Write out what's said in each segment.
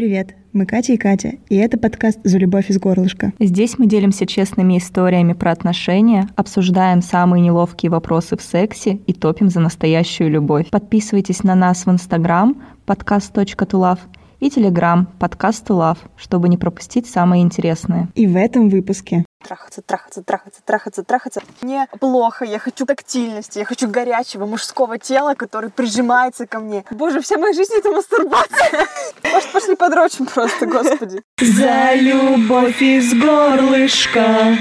Привет, мы Катя и Катя, и это подкаст «За любовь из горлышка». Здесь мы делимся честными историями про отношения, обсуждаем самые неловкие вопросы в сексе и топим за настоящую любовь. Подписывайтесь на нас в Инстаграм podcast.tolove и Телеграм podcast.tolove, чтобы не пропустить самое интересное. И в этом выпуске трахаться. Мне плохо, я хочу тактильности, я хочу горячего мужского тела, который прижимается ко мне. Боже, вся моя жизнь — это мастурбация. Может, пошли подрочим просто, господи. За любовь из горлышка.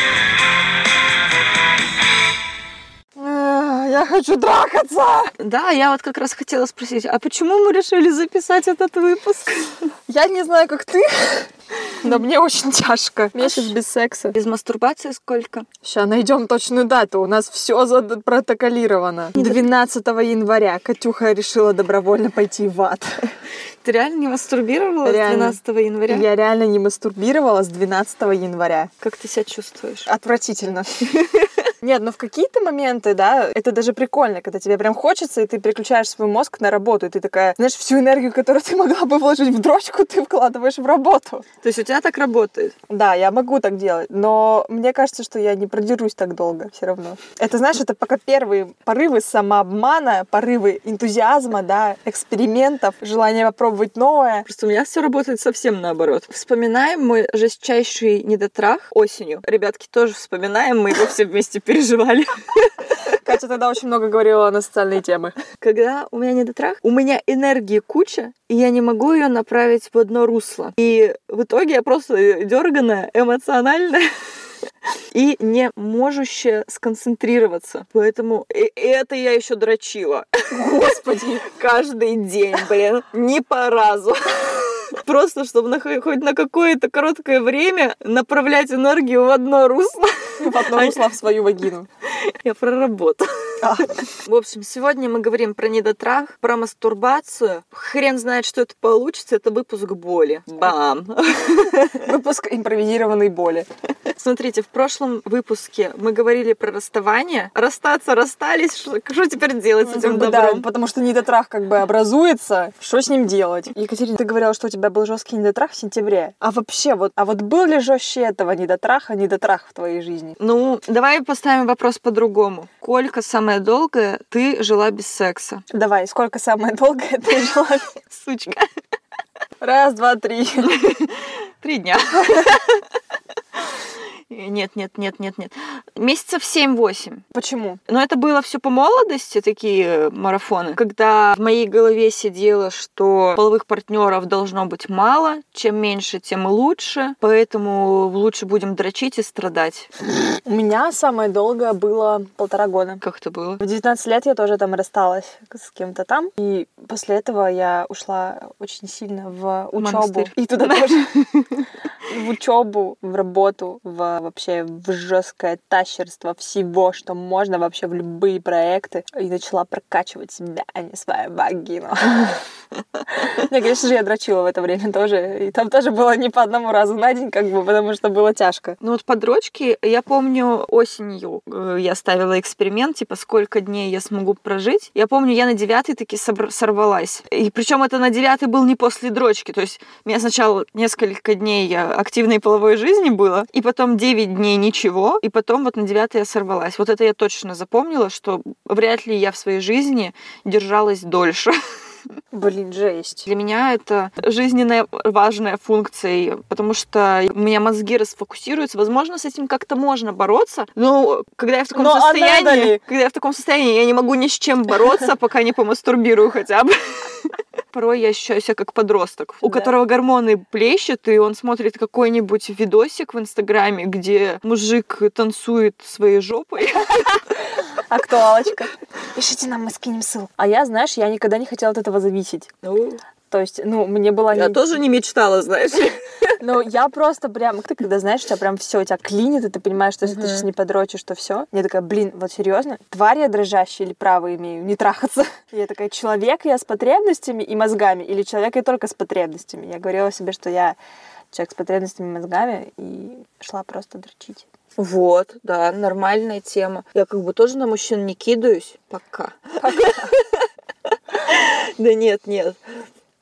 Я хочу трахаться! Да, я вот как раз хотела спросить, а почему мы решили записать этот выпуск? Я не знаю, как ты, но мне очень тяжко. Месяц без секса. Без мастурбации сколько? Сейчас найдем точную дату. У нас все запротоколировано. 12 января Катюха решила добровольно пойти в ад. Ты реально не мастурбировала Реально. с 12 января? Я реально не мастурбировала с 12 января. Как ты себя чувствуешь? Отвратительно. Нет, но в какие-то моменты, да, это даже прикольно, когда тебе прям хочется, и ты переключаешь свой мозг на работу, и ты такая, знаешь, всю энергию, которую ты могла бы вложить в дрочку, ты вкладываешь в работу. То есть у тебя так работает? Да, я могу так делать, но мне кажется, что я не продержусь так долго все равно. Это, знаешь, это пока первые порывы самообмана, порывы энтузиазма, да, экспериментов, желание попробовать новое. Просто у меня все работает совсем наоборот. Вспоминаем мой жестчайший недотрах осенью. Ребятки, тоже вспоминаем, мы его все вместе переживали. Катя тогда очень много говорила на социальные темы. Когда у меня недотрах, у меня энергии куча, и я не могу ее направить в одно русло. И в итоге я просто дерганая, эмоциональная и не можущая сконцентрироваться. Поэтому это я еще дрочила. Господи. Каждый день, блин, не по разу. Просто, чтобы хоть на какое-то короткое время направлять энергию в одно русло. В одно русло в свою вагину. Я проработала. В общем, сегодня мы говорим про недотрах, про мастурбацию. Хрен знает, что это получится. Это выпуск боли. Бам! Выпуск импровизированной боли. Смотрите, в прошлом выпуске мы говорили про расставание. Расстаться расстались. Что теперь делать с этим добром? Да, потому что недотрах как бы образуется. Что с ним делать? Екатерина, ты говорила, что у тебя был жесткий недотрах в сентябре. А вообще, вот был ли жестче этого недотрах в твоей жизни? Ну, давай поставим вопрос по-другому. Сколько самое долгое ты жила без секса? Давай, сколько самое долгое ты жила? Сучка. 1, 2, 3. 3 дня. Нет. Месяцев 7-8. Почему? Но это было все по молодости, такие марафоны, когда в моей голове сидело, что половых партнеров должно быть мало, чем меньше, тем лучше, поэтому лучше будем дрочить и страдать. У меня самое долгое было 1,5 года. Как это было? В 19 лет я тоже там рассталась с кем-то там, и после этого я ушла очень сильно в учебу. Монастырь. И туда тоже. В учебу, в работу, вообще в жесткое тащерство всего, что можно, вообще в любые проекты. И начала прокачивать себя, а не свою вагину. Не, конечно же, я дрочила в это время тоже. И там тоже было не по одному разу на день, как бы, потому что было тяжко. Ну вот по дрочке, я помню, осенью я ставила эксперимент, типа, сколько дней я смогу прожить. Я помню, я на 9-й таки сорвалась. И причем это на 9-й был не после дрочки. То есть у меня сначала несколько дней активной половой жизни было, и потом 9 дней ничего, и потом вот на 9-й я сорвалась. Вот это я точно запомнила, что вряд ли я в своей жизни держалась дольше. Блин, жесть. Для меня это жизненная важная функция, потому что у меня мозги расфокусируются. Возможно, с этим как-то можно бороться, но когда я в таком состоянии, я не могу ни с чем бороться, пока не помастурбирую хотя бы. Порой я ощущаю себя как подросток, у которого гормоны плещут, и он смотрит какой-нибудь видосик в Инстаграме, где мужик танцует своей жопой. Актуалочка. Пишите нам, мы скинем ссылку. А я, знаешь, я никогда не хотела от этого зависеть. То есть, мне было... Я тоже не мечтала, знаешь. Но я просто прям... Ты когда, знаешь, у тебя прям все, тебя клинит, и ты понимаешь, что если ты сейчас не подрочишь, то все. Я такая, блин, вот серьезно? Тварь я дрожащая или право имею? Не трахаться. Я такая, человек я с потребностями и мозгами, или человек я только с потребностями? Я говорила себе, что я человек с потребностями и мозгами, и шла просто дрочить. Вот, да, нормальная тема. Я как бы тоже на мужчин не кидаюсь пока. Да нет.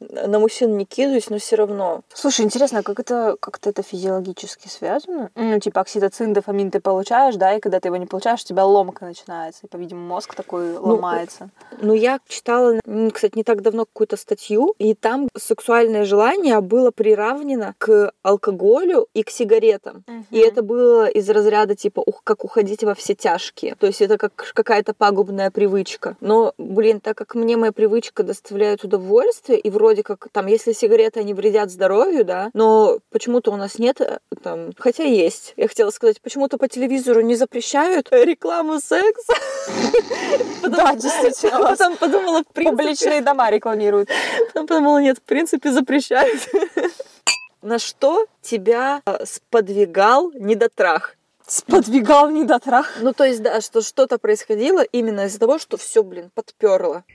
на мужчин не кидаюсь, но все равно. Слушай, интересно, как это как-то это физиологически связано? Ну, типа окситоцин, дофамин ты получаешь, да, и когда ты его не получаешь, у тебя ломка начинается, и, по-видимому, мозг такой ломается. Ну, я читала, кстати, не так давно какую-то статью, и там сексуальное желание было приравнено к алкоголю и к сигаретам. И это было из разряда, типа, как уходить во все тяжкие. То есть это как какая-то пагубная привычка. Но, блин, так как мне моя привычка доставляет удовольствие, и вроде как, там, если сигареты, они вредят здоровью, да, но почему-то у нас нет, там, хотя есть. Я хотела сказать, почему-то по телевизору не запрещают рекламу секса. Да, действительно. Потом подумала, в принципе... Публичные дома рекламируют. Потом подумала, нет, в принципе, запрещают. На что тебя сподвигал недотрах? Сподвигал недотрах? Ну, то есть, да, что что-то происходило именно из-за того, что все, блин, подперло.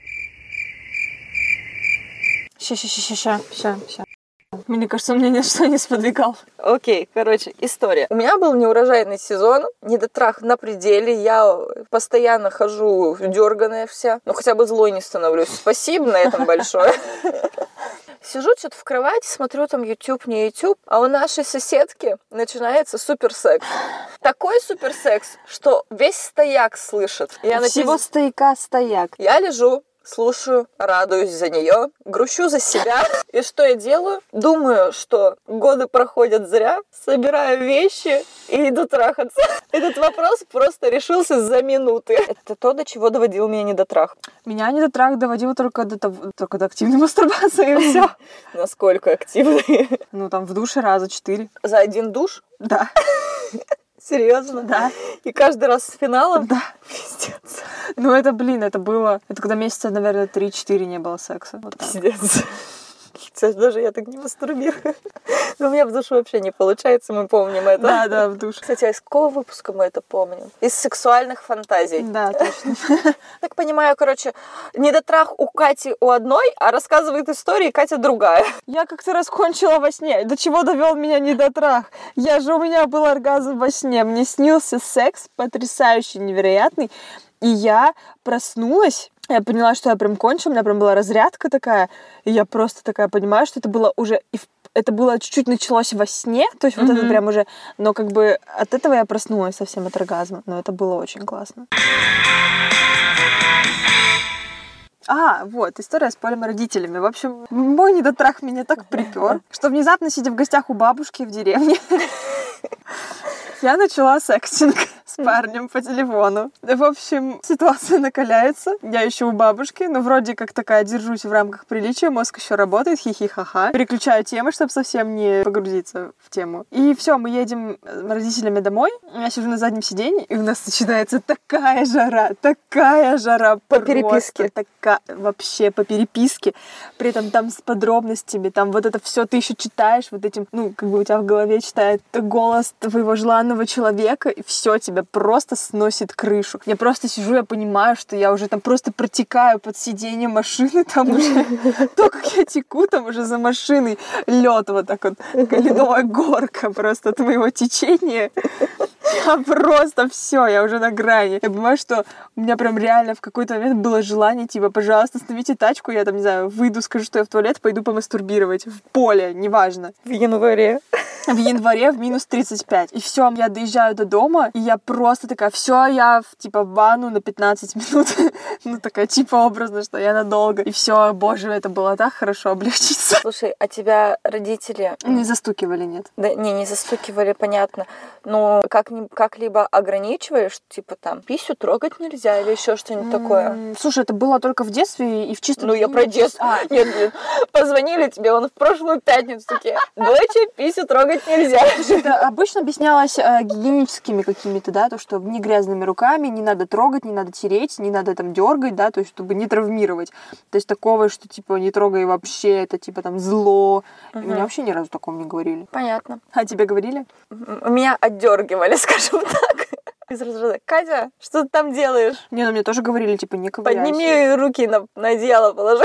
Ща. Мне кажется, он меня ничто не сподвигал. Окей, короче, история. У меня был неурожайный сезон, недотрах на пределе, я постоянно хожу дерганая вся, но хотя бы злой не становлюсь. Спасибо на этом большое. Сижу что-то в кровати, смотрю там YouTube, не YouTube, а у нашей соседки начинается суперсекс. Такой суперсекс, что весь стояк слышит. Всего стояка стояк. Я лежу, слушаю, радуюсь за нее, грущу за себя. И что я делаю? Думаю, что годы проходят зря, собираю вещи и иду трахаться. Этот вопрос просто решился за минуты. Это то, до чего доводил меня недотрах. Меня недотрах доводил только до активной мастурбации, и все. Насколько активной? Ну, там в душе раза 4. За один душ? Да. Серьезно? Да. И каждый раз с финалом? Да. Пиздец. Ну, это было... Это когда месяца, наверное, 3-4 не было секса. Вот пиздец. Сейчас даже я так не мастурбирую. Но у меня в душе вообще не получается, мы помним это. Да, в душе. Кстати, а из какого выпуска мы это помним? Из сексуальных фантазий. Да, точно. Так понимаю, короче, недотрах у Кати у одной, а рассказывает истории Катя другая. Я как-то раз кончила во сне. До чего довел меня недотрах? У меня был оргазм во сне. Мне снился секс потрясающий, невероятный. И я проснулась, я поняла, что я прям кончила, у меня прям была разрядка такая, и я просто такая понимаю, что это было уже... Это было чуть-чуть началось во сне, то есть вот это прям уже... Но как бы от этого я проснулась совсем от оргазма, но это было очень классно. Вот, история с полимородителями. В общем, мой недотрах меня так припёр, что внезапно, сидя в гостях у бабушки в деревне, я начала секстинг с парнем по телефону. В общем, ситуация накаляется. Я еще у бабушки, но вроде как такая держусь в рамках приличия, мозг еще работает, хихи-ха-ха. Переключаю темы, чтобы совсем не погрузиться в тему. И все, мы едем с родителями домой. Я сижу на заднем сиденье, и у нас начинается такая жара. По переписке. Вообще по переписке. При этом там с подробностями, там вот это все ты еще читаешь, вот этим, как бы у тебя в голове читает голос твоего желанного человека, и все тебя просто сносит крышу. Я просто сижу, я понимаю, что я уже там просто протекаю под сиденье машины, там уже то, как я теку, там уже за машиной лед вот так вот, ледовая горка просто от моего течения. Я просто все, я уже на грани. Я понимаю, что у меня прям реально в какой-то момент было желание, типа, пожалуйста, остановите тачку, я там, не знаю, выйду, скажу, что я в туалет, пойду помастурбировать в поле, неважно. В январе в минус 35. И все, я доезжаю до дома, и я просто такая, все, я в ванну на 15 минут. Такая, образно, что я надолго. И все, боже, это было так хорошо облегчиться. Слушай, а тебя родители... Не застукивали, нет? Да, не застукивали, понятно. Но как-либо ограничивали, что, там, писю трогать нельзя или еще что-нибудь такое? Слушай, это было только в детстве и в чистом... Ну, я про детство. Нет, позвонили тебе, в прошлую пятницу такие, доча, писю трогать нельзя. Это обычно объяснялось гигиеническими какими-то, да, то, что не грязными руками, не надо трогать, не надо тереть, не надо там дергать, да, то есть, чтобы не травмировать. То есть, такого, что, не трогай вообще, это, там, зло. Меня вообще ни разу такого не говорили. Понятно. А тебе говорили? Меня отдергивали, скажем так. Из разряда: Катя, что ты там делаешь? Не, мне тоже говорили, не ковыряйся. Подними руки на одеяло, положи.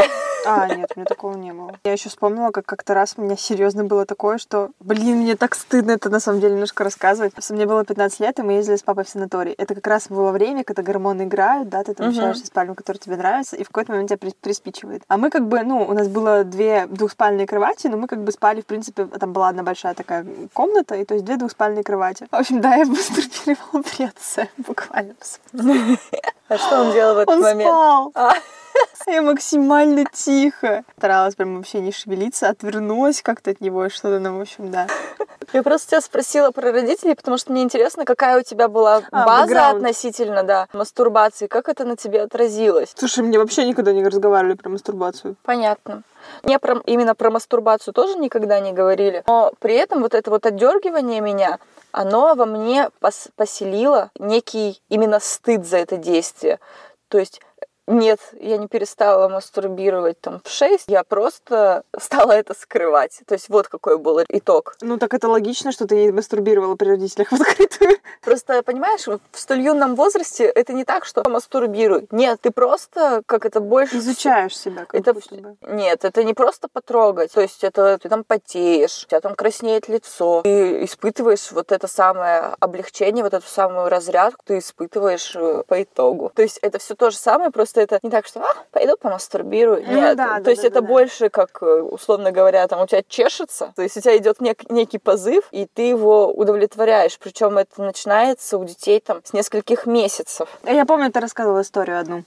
Нет, у меня такого не было. Я еще вспомнила, как как-то раз у меня серьезно было такое, что, мне так стыдно это на самом деле немножко рассказывать. Мне было 15 лет, и мы ездили с папой в санаторий. Это как раз было время, когда гормоны играют, да, ты там общаешься с парнем, который тебе нравится, и в какой-то момент тебя приспичивает. А мы как бы, у нас было 2 двухспальные кровати, но мы как бы спали, в принципе, там была одна большая такая комната, и то есть 2 двухспальные кровати. В общем, да, я мастурбировала при отце, буквально. А что он делал в этот момент? Он спал. Я максимально тихо старалась прям вообще не шевелиться, отвернулась как-то от него и что-то, в общем, да. Я просто тебя спросила про родителей, потому что мне интересно, какая у тебя была база относительно, мастурбации, как это на тебе отразилось? Слушай, мне вообще никогда не разговаривали про мастурбацию. Понятно. Мне именно про мастурбацию тоже никогда не говорили, но при этом вот это вот отдергивание меня, оно во мне поселило некий именно стыд за это действие. То есть нет, я не перестала мастурбировать в 6, я просто стала это скрывать. То есть вот какой был итог. Так это логично, что ты не мастурбировала при родителях в открытую. Просто, понимаешь, в столь юном возрасте это не так, что мастурбируй. Нет, ты просто больше... Изучаешь себя, как будто бы. Нет, это не просто потрогать. То есть это ты там потеешь, у тебя там краснеет лицо. Ты испытываешь вот это самое облегчение, вот эту самую разрядку ты испытываешь по итогу. То есть это все то же самое, просто это не так, что пойду помастурбирую. Нет, то есть это больше как, условно говоря, у тебя чешется, то есть у тебя идет некий позыв, и ты его удовлетворяешь. Причем это начинается у детей с нескольких месяцев. Я помню, ты рассказывала историю одну.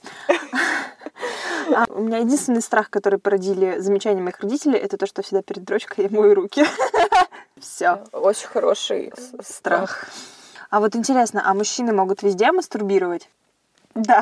У меня единственный страх, который породили замечания моих родителей, это то, что всегда перед дрочкой я мою руки. Все. Очень хороший страх. А вот интересно, а мужчины могут везде мастурбировать? Да.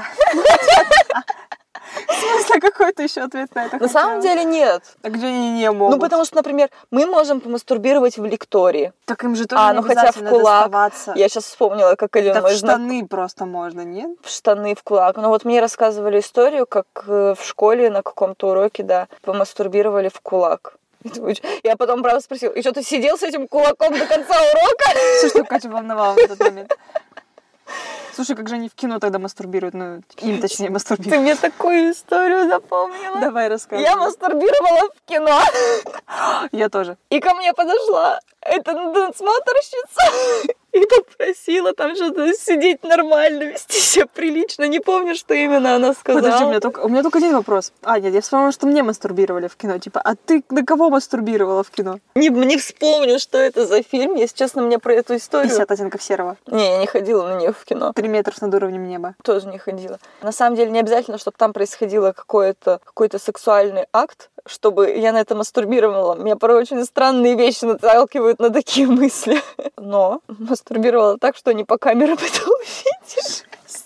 В смысле, какой-то еще ответ на это? На самом деле нет. А где они не могут? Потому что, например, мы можем помастурбировать в лектории. Так им же тоже не обязательно хотя в кулак. доставаться. Я сейчас вспомнила, как Алена... Да в штаны просто можно, нет? В штаны, в кулак. Мне рассказывали историю, как в школе на каком-то уроке, помастурбировали в кулак. Я потом, правда, спросила, и что, ты сидел с этим кулаком до конца урока? Все, что Катю волновало в этот момент. Слушай, как же они в кино тогда мастурбируют? Им точнее мастурбируют. Ты мне такую историю запомнила? Давай рассказывай. Я мастурбировала в кино. Я тоже. И ко мне подошла эта надсмотрщица и попросила что-то сидеть нормально, вести себя прилично. Не помню, что именно она сказала. Подожди, у меня только один вопрос. Нет, я вспомнила, что мне мастурбировали в кино. А ты на кого мастурбировала в кино? Не вспомню, что это за фильм. Если честно, мне про эту историю... 50 оттенков серого. Не, я не ходила на нее в кино. 3 метра над уровнем неба. Тоже не ходила. На самом деле не обязательно, чтобы там происходило какой-то сексуальный акт, чтобы я на это мастурбировала. Меня порой очень странные вещи наталкивают на такие мысли. Но мастурбировала так, что не по камерам это увидишь.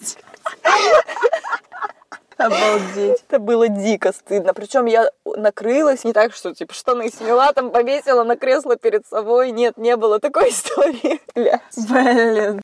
Обалдеть. Это было дико стыдно. Причем я накрылась не так, что штаны сняла, повесила на кресло перед собой. Нет, не было такой истории. Блин.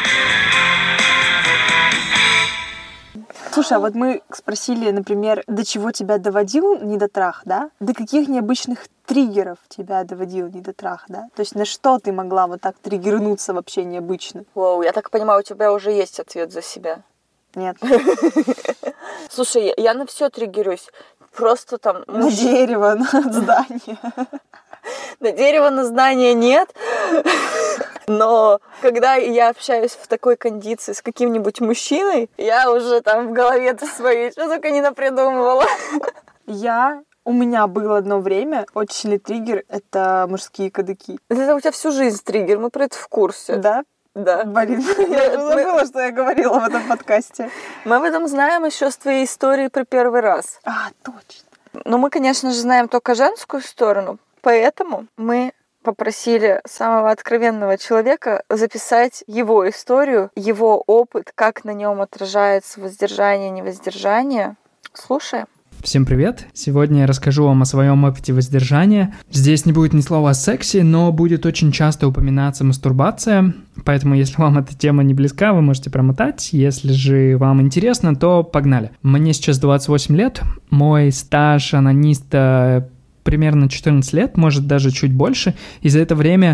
Слушай, а вот мы спросили, например, до чего тебя доводил недотрах, да? До каких необычных триггеров тебя доводил недотрах, да? То есть на что ты могла вот так триггернуться вообще необычно? Вау, я так понимаю, у тебя уже есть ответ за себя. Нет. Слушай, я на все триггерюсь. Просто На дерево, на здание. На дерево, на здание нет. Но когда я общаюсь в такой кондиции с каким-нибудь мужчиной, я уже в голове-то своей что только не напридумывала. У меня было одно время очень сильный триггер — это мужские кадыки. Это у тебя всю жизнь триггер, мы про это в курсе. Да? Да. Блин, я уже забыла, что я говорила в этом подкасте. Мы об этом знаем еще с твоей истории про первый раз. Точно. Но мы, конечно же, знаем только женскую сторону, поэтому мы попросили самого откровенного человека записать его историю, его опыт, как на нем отражается воздержание, невоздержание. Слушаем. Всем привет! Сегодня я расскажу вам о своем опыте воздержания. Здесь не будет ни слова о сексе, но будет очень часто упоминаться мастурбация, поэтому если вам эта тема не близка, вы можете промотать. Если же вам интересно, то погнали. Мне сейчас 28 лет, мой стаж онаниста примерно 14 лет, может даже чуть больше, и за это время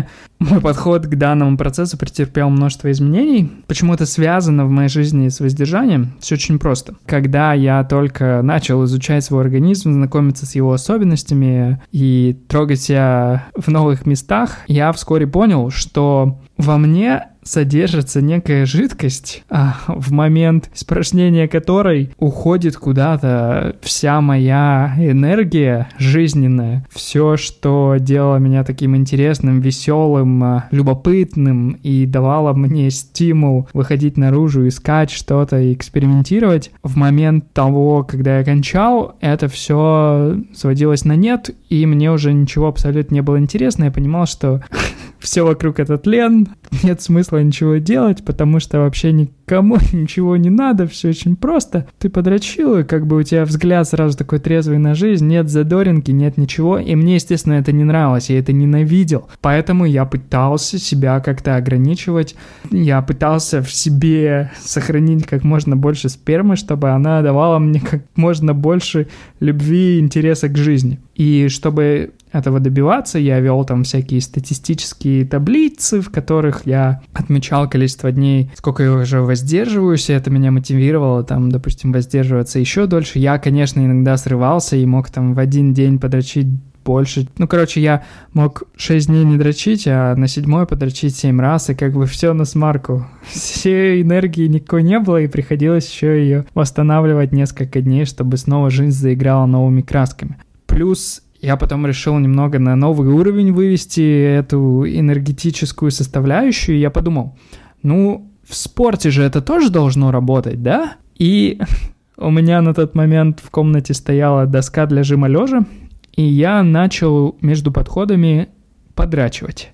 мой подход к данному процессу претерпел множество изменений. Почему это связано в моей жизни с воздержанием? Все очень просто. Когда я только начал изучать свой организм, знакомиться с его особенностями и трогать себя в новых местах, я вскоре понял, что во мне содержится некая жидкость, в момент испражнения которой уходит куда-то вся моя энергия жизненная, все, что делало меня таким интересным, веселым, любопытным и давало мне стимул выходить наружу, искать что-то и экспериментировать. В момент того, когда я кончал, это все сводилось на нет, и мне уже ничего абсолютно не было интересно. Я понимал, что все вокруг это тлен, нет смысла ничего делать, потому что вообще никому ничего не надо, все очень просто. Ты подрочил, и как бы у тебя взгляд сразу такой трезвый на жизнь, нет задоринки, нет ничего, и мне, естественно, это не нравилось, я это ненавидел. Поэтому я пытался себя как-то ограничивать, я пытался в себе сохранить как можно больше спермы, чтобы она давала мне как можно больше любви и интереса к жизни. И чтобы этого добиваться, я вел там всякие статистические таблицы, в которых я отмечал количество дней, сколько я уже воздерживаюсь, и это меня мотивировало там, допустим, воздерживаться еще дольше. Я, конечно, иногда срывался и мог там в один день подрочить больше. Я мог 6 дней не дрочить, а на 7-й подрочить 7 раз, и как бы все на смарку. Всей энергии никакой не было, и приходилось еще ее восстанавливать несколько дней, чтобы снова жизнь заиграла новыми красками. Плюс я потом решил немного на новый уровень вывести эту энергетическую составляющую, и я подумал, в спорте же это тоже должно работать, да? И у меня на тот момент в комнате стояла доска для жима лежа, и я начал между подходами подрачивать,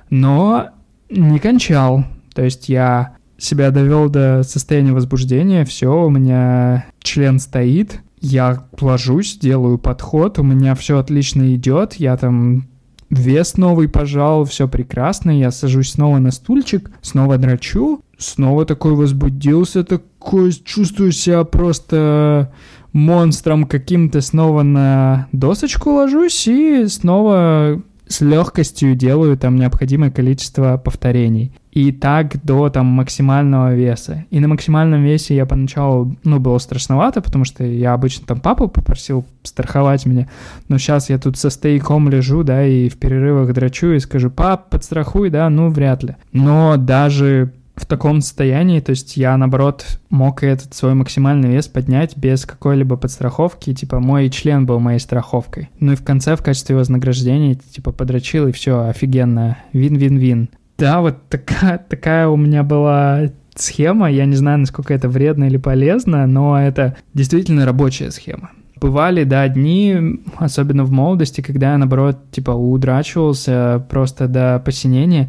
но не кончал, то есть я себя довел до состояния возбуждения, все, у меня член стоит, я ложусь, делаю подход, у меня все отлично идет, я там вес новый пожал, все прекрасно, я сажусь снова на стульчик, снова дрочу, снова такой возбудился, такой чувствую себя просто монстром каким-то, снова на досочку ложусь и снова с легкостью делаю там необходимое количество повторений. И так до там максимального веса. И на максимальном весе я поначалу, было страшновато, потому что я обычно там папу попросил страховать меня, но сейчас я тут со стояком лежу, да, и в перерывах дрочу и скажу: пап, подстрахуй, да, вряд ли. Но даже в таком состоянии, то есть я, наоборот, мог этот свой максимальный вес поднять без какой-либо подстраховки, мой член был моей страховкой. И в конце, в качестве вознаграждения, подрочил, и все, офигенно, вин-вин-вин. Да, вот такая у меня была схема, я не знаю, насколько это вредно или полезно, но это действительно рабочая схема. Бывали, да, дни, особенно в молодости, когда я, наоборот, удрачивался просто до посинения,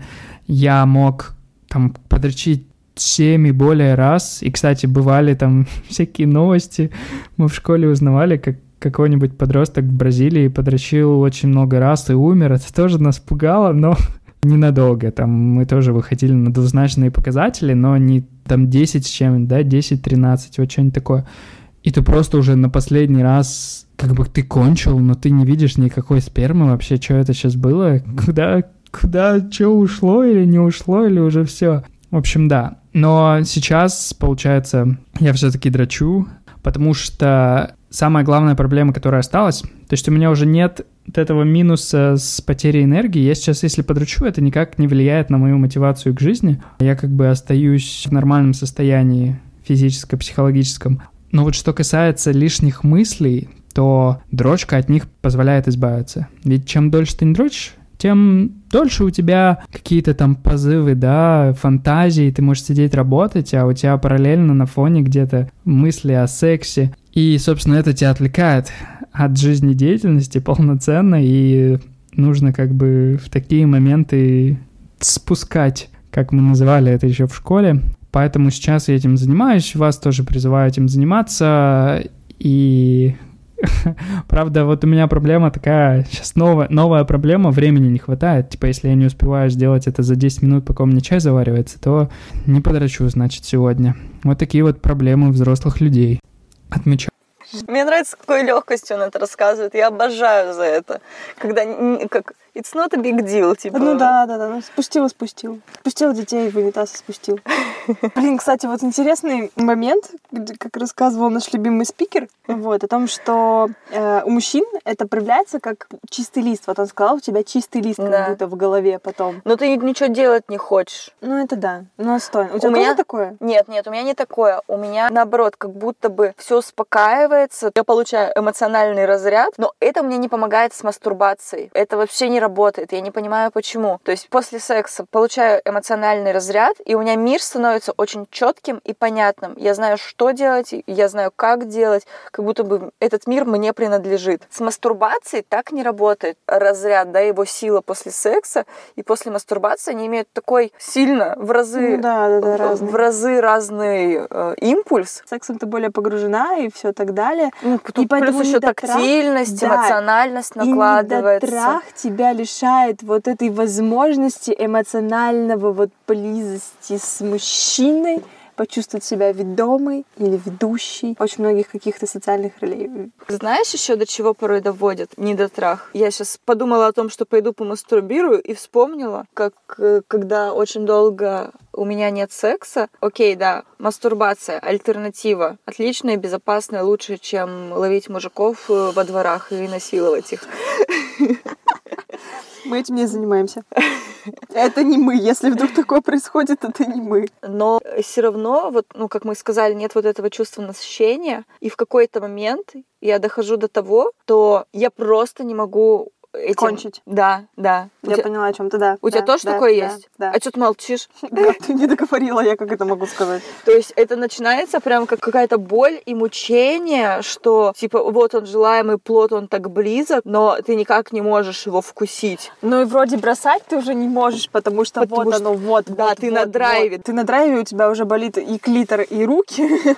я мог там подрочить 7 и более раз, и, кстати, бывали там всякие новости, мы в школе узнавали, как какой-нибудь подросток в Бразилии подрочил очень много раз и умер, это тоже нас пугало, но ненадолго, там мы тоже выходили на двузначные показатели, но не там 10 с чем-нибудь, да, 10-13, вот что-нибудь такое. И ты просто уже на последний раз, ты кончил, но ты не видишь никакой спермы вообще, что это сейчас было, куда, что ушло или не ушло, или уже все. В общем, да. Но сейчас, получается, я все-таки дрочу, потому что самая главная проблема, которая осталась, то есть у меня уже нет от этого минуса с потерей энергии. Я сейчас, если подрочу, это никак не влияет на мою мотивацию к жизни. Я остаюсь в нормальном состоянии физическо-психологическом. Но вот что касается лишних мыслей, то дрочка от них позволяет избавиться. Ведь чем дольше ты не дрочишь, тем дольше у тебя какие-то там позывы, да, фантазии, ты можешь сидеть работать, а у тебя параллельно на фоне где-то мысли о сексе. И, собственно, это тебя отвлекает от жизнедеятельности полноценно, и нужно в такие моменты спускать, как мы называли это еще в школе. Поэтому сейчас я этим занимаюсь, вас тоже призываю этим заниматься, и... Правда, вот у меня проблема такая, сейчас новая проблема, времени не хватает. Если я не успеваю сделать это за 10 минут, пока у меня чай заваривается, то не подрочу, значит, сегодня. Вот такие вот проблемы взрослых людей. Отмечаю. Мне нравится, с какой легкостью он это рассказывает. Я обожаю за это. Когда как it's not a big deal, типа. Ну да. Ну, спустил. Спустил детей в унитаз и спустил. Блин, кстати, вот интересный момент, как рассказывал наш любимый спикер, вот, о том, что у мужчин это проявляется как чистый лист. Вот он сказал, у тебя чистый лист как будто в голове потом. Но ты ничего делать не хочешь. Ну это да. Ну стой. У тебя тоже такое? Нет, у меня не такое. У меня наоборот, как будто бы все успокаивается. Я получаю эмоциональный разряд, но это мне не помогает с мастурбацией. Это вообще не работает. Я не понимаю, почему. То есть после секса получаю эмоциональный разряд, и у меня мир становится очень четким и понятным. Я знаю, что делать, я знаю, как делать, как будто бы этот мир мне принадлежит. С мастурбацией так не работает. Разряд, да, его сила после секса и после мастурбации, они имеют такой сильно в разы, в разы разный импульс. Сексом ты более погружена и все так далее. Ну, и плюс еще тактильность, эмоциональность накладывается. И недотрах тебя лишает вот этой возможности эмоционального вот близости с мужчиной, почувствовать себя ведомой или ведущей. Очень многих каких-то социальных ролей. Знаешь еще, до чего порой доводит недотрах? Я сейчас подумала о том, что пойду помастурбирую, и вспомнила, как когда очень долго у меня нет секса, окей, да, мастурбация, альтернатива, отличная, безопасная, лучше, чем ловить мужиков во дворах и насиловать их. Мы этим не занимаемся. Это не мы. Если вдруг такое происходит, это не мы. Но все равно, вот, ну, как мы сказали, нет вот этого чувства насыщения. И в какой-то момент я дохожу до того, что я просто не могу этим... Кончить. Да. Я поняла, о чем ты, да. У тебя тоже такое есть? Да. А что ты молчишь? Да, ты не договорила, я как это могу сказать. То есть это начинается прям как какая-то боль и мучение, что типа вот он желаемый плод, он так близок, но ты никак не можешь его вкусить. Ну и вроде бросать ты уже не можешь, потому что Да, ты на драйве. Ты на драйве, у тебя уже болит и клитор, и руки.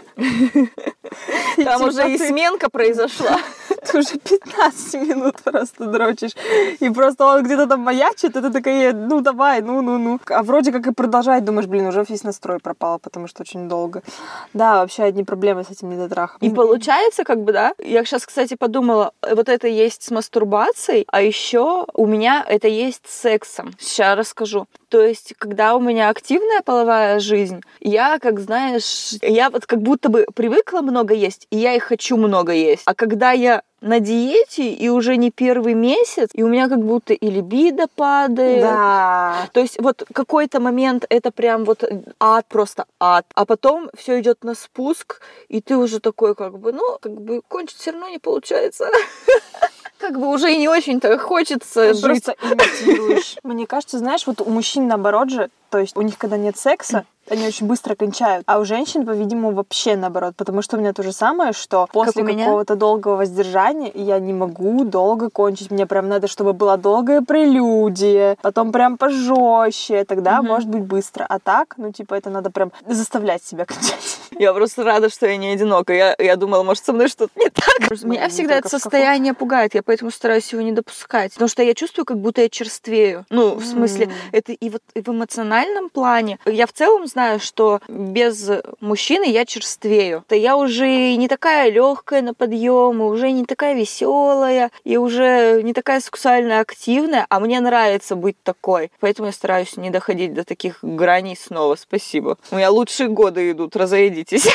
Там уже и сменка произошла. Ты уже 15 минут просто дрочишь. И просто он где-то там маячит, и ты такая, ну давай, ну. А вроде как и продолжать, думаешь, блин, уже весь настрой пропал, потому что очень долго. Да, вообще одни проблемы с этим недотрахом. И получается, как бы, да, я сейчас, кстати, подумала, вот это есть с мастурбацией, а еще у меня это есть с сексом. Сейчас расскажу. То есть, когда у меня активная половая жизнь, я, как знаешь, я вот как будто бы привыкла много есть, и я и хочу много есть. А когда я на диете и уже не первый месяц, и у меня как будто и либидо падает. Да. То есть вот какой-то момент это прям вот ад, просто ад. А потом все идет на спуск, и ты уже такой как бы, кончить все равно не получается. Как бы уже и не очень-то хочется жить. Просто имитируешь. Мне кажется, знаешь, вот у мужчин наоборот же, то есть у них, когда нет секса, они очень быстро кончают. А у женщин, по-видимому, вообще наоборот. Потому что у меня то же самое, что после какого-то долгого воздержания я не могу долго кончить. Мне прям надо, чтобы была долгая прелюдия, потом прям пожестче. Тогда может быть быстро. А так, это надо прям заставлять себя кончать. Я просто рада, что я не одинока. Я думала, может, со мной что-то не так. Меня всегда это состояние пугает. Я поэтому стараюсь его не допускать. Потому что я чувствую, как будто я черствею. Ну, в смысле, это и вот и в эмоциональном плане. Я в целом знаю, что без мужчины я черствею. То я уже не такая легкая на подъем, уже не такая веселая, и уже не такая сексуально активная, а мне нравится быть такой. Поэтому я стараюсь не доходить до таких граней снова. Спасибо. У меня лучшие годы идут, разойдитесь.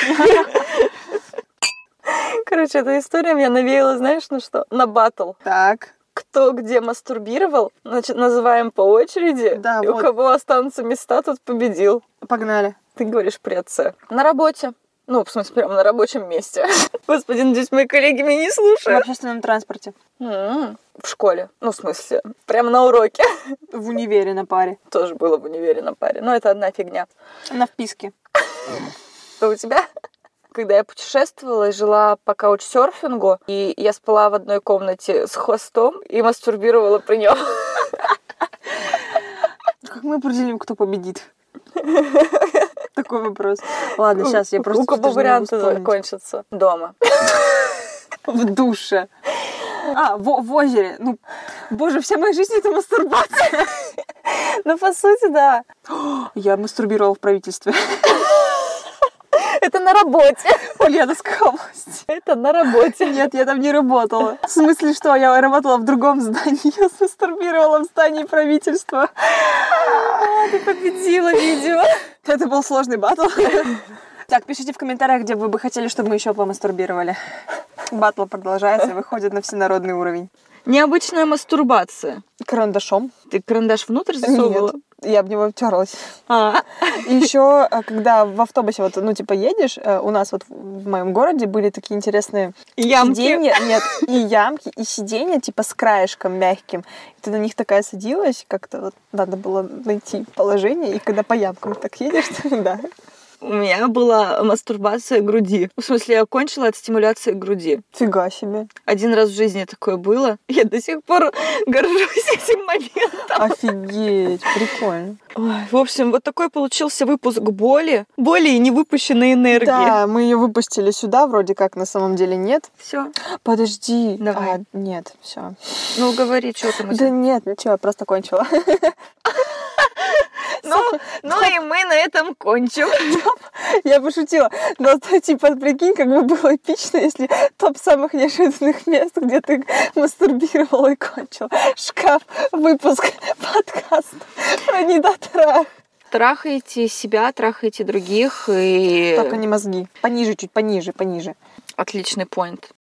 Короче, эта история меня навеяла, знаешь, на что? На баттл. Так. Кто где мастурбировал, значит, называем по очереди. Да, и вот. У кого останутся места, тот победил. Погнали. Ты говоришь при отце. На работе. Ну, в смысле, прямо на рабочем месте. Господи, надеюсь, мои коллеги меня не слушают. В общественном транспорте. В школе. Ну, в смысле, прямо на уроке. В универе на паре. Тоже было в универе на паре. Но это одна фигня. На вписке. Что у тебя? Когда я путешествовала и жила по каучсерфингу, и я спала в одной комнате с хвостом и мастурбировала при нем. Как мы определим, кто победит? Такой вопрос. Ладно, сейчас я просто... У кого варианты закончатся? Дома. В душе. В озере. Ну, боже, вся моя жизнь — это мастурбация. Ну, по сути, да. Я мастурбировала в правительстве. Это на работе. Ульяновская область. Это на работе. Нет, я там не работала. В смысле, что? Я работала в другом здании. Я мастурбировала в здании правительства. Ты победила, видео. Это был сложный батл. Так, пишите в комментариях, где вы бы хотели, чтобы мы еще помастурбировали. Батл продолжается и выходит на всенародный уровень. Необычная мастурбация. Карандашом. Ты карандаш внутрь засовывала? Нет, я об него обтерлась. И еще, когда в автобусе едешь, у нас в моем городе были такие интересные сиденья. Нет, и ямки, и сиденья, с краешком мягким. И ты на них такая садилась, как-то надо было найти положение, и когда по ямкам так едешь, да. У меня была мастурбация груди. В смысле, я кончила от стимуляции груди. Фига себе. Один раз в жизни такое было. Я до сих пор горжусь этим моментом. Офигеть, прикольно. Ой, в общем, вот такой получился выпуск боли и невыпущенной энергии. Да, мы ее выпустили сюда, вроде как на самом деле нет. Все. Подожди. Давай. Нет, все. Ну, говори, что там. Да нет, ничего, я просто кончила. Ну и мы на этом кончим. Я пошутила. Но прикинь, как бы было эпично, если топ самых неожиданных мест, где ты мастурбировала и кончила. Шкаф, выпуск, подкаст про недотрах. Трахайте себя, трахайте других и... Только не мозги. Пониже, чуть пониже. Отличный поинт.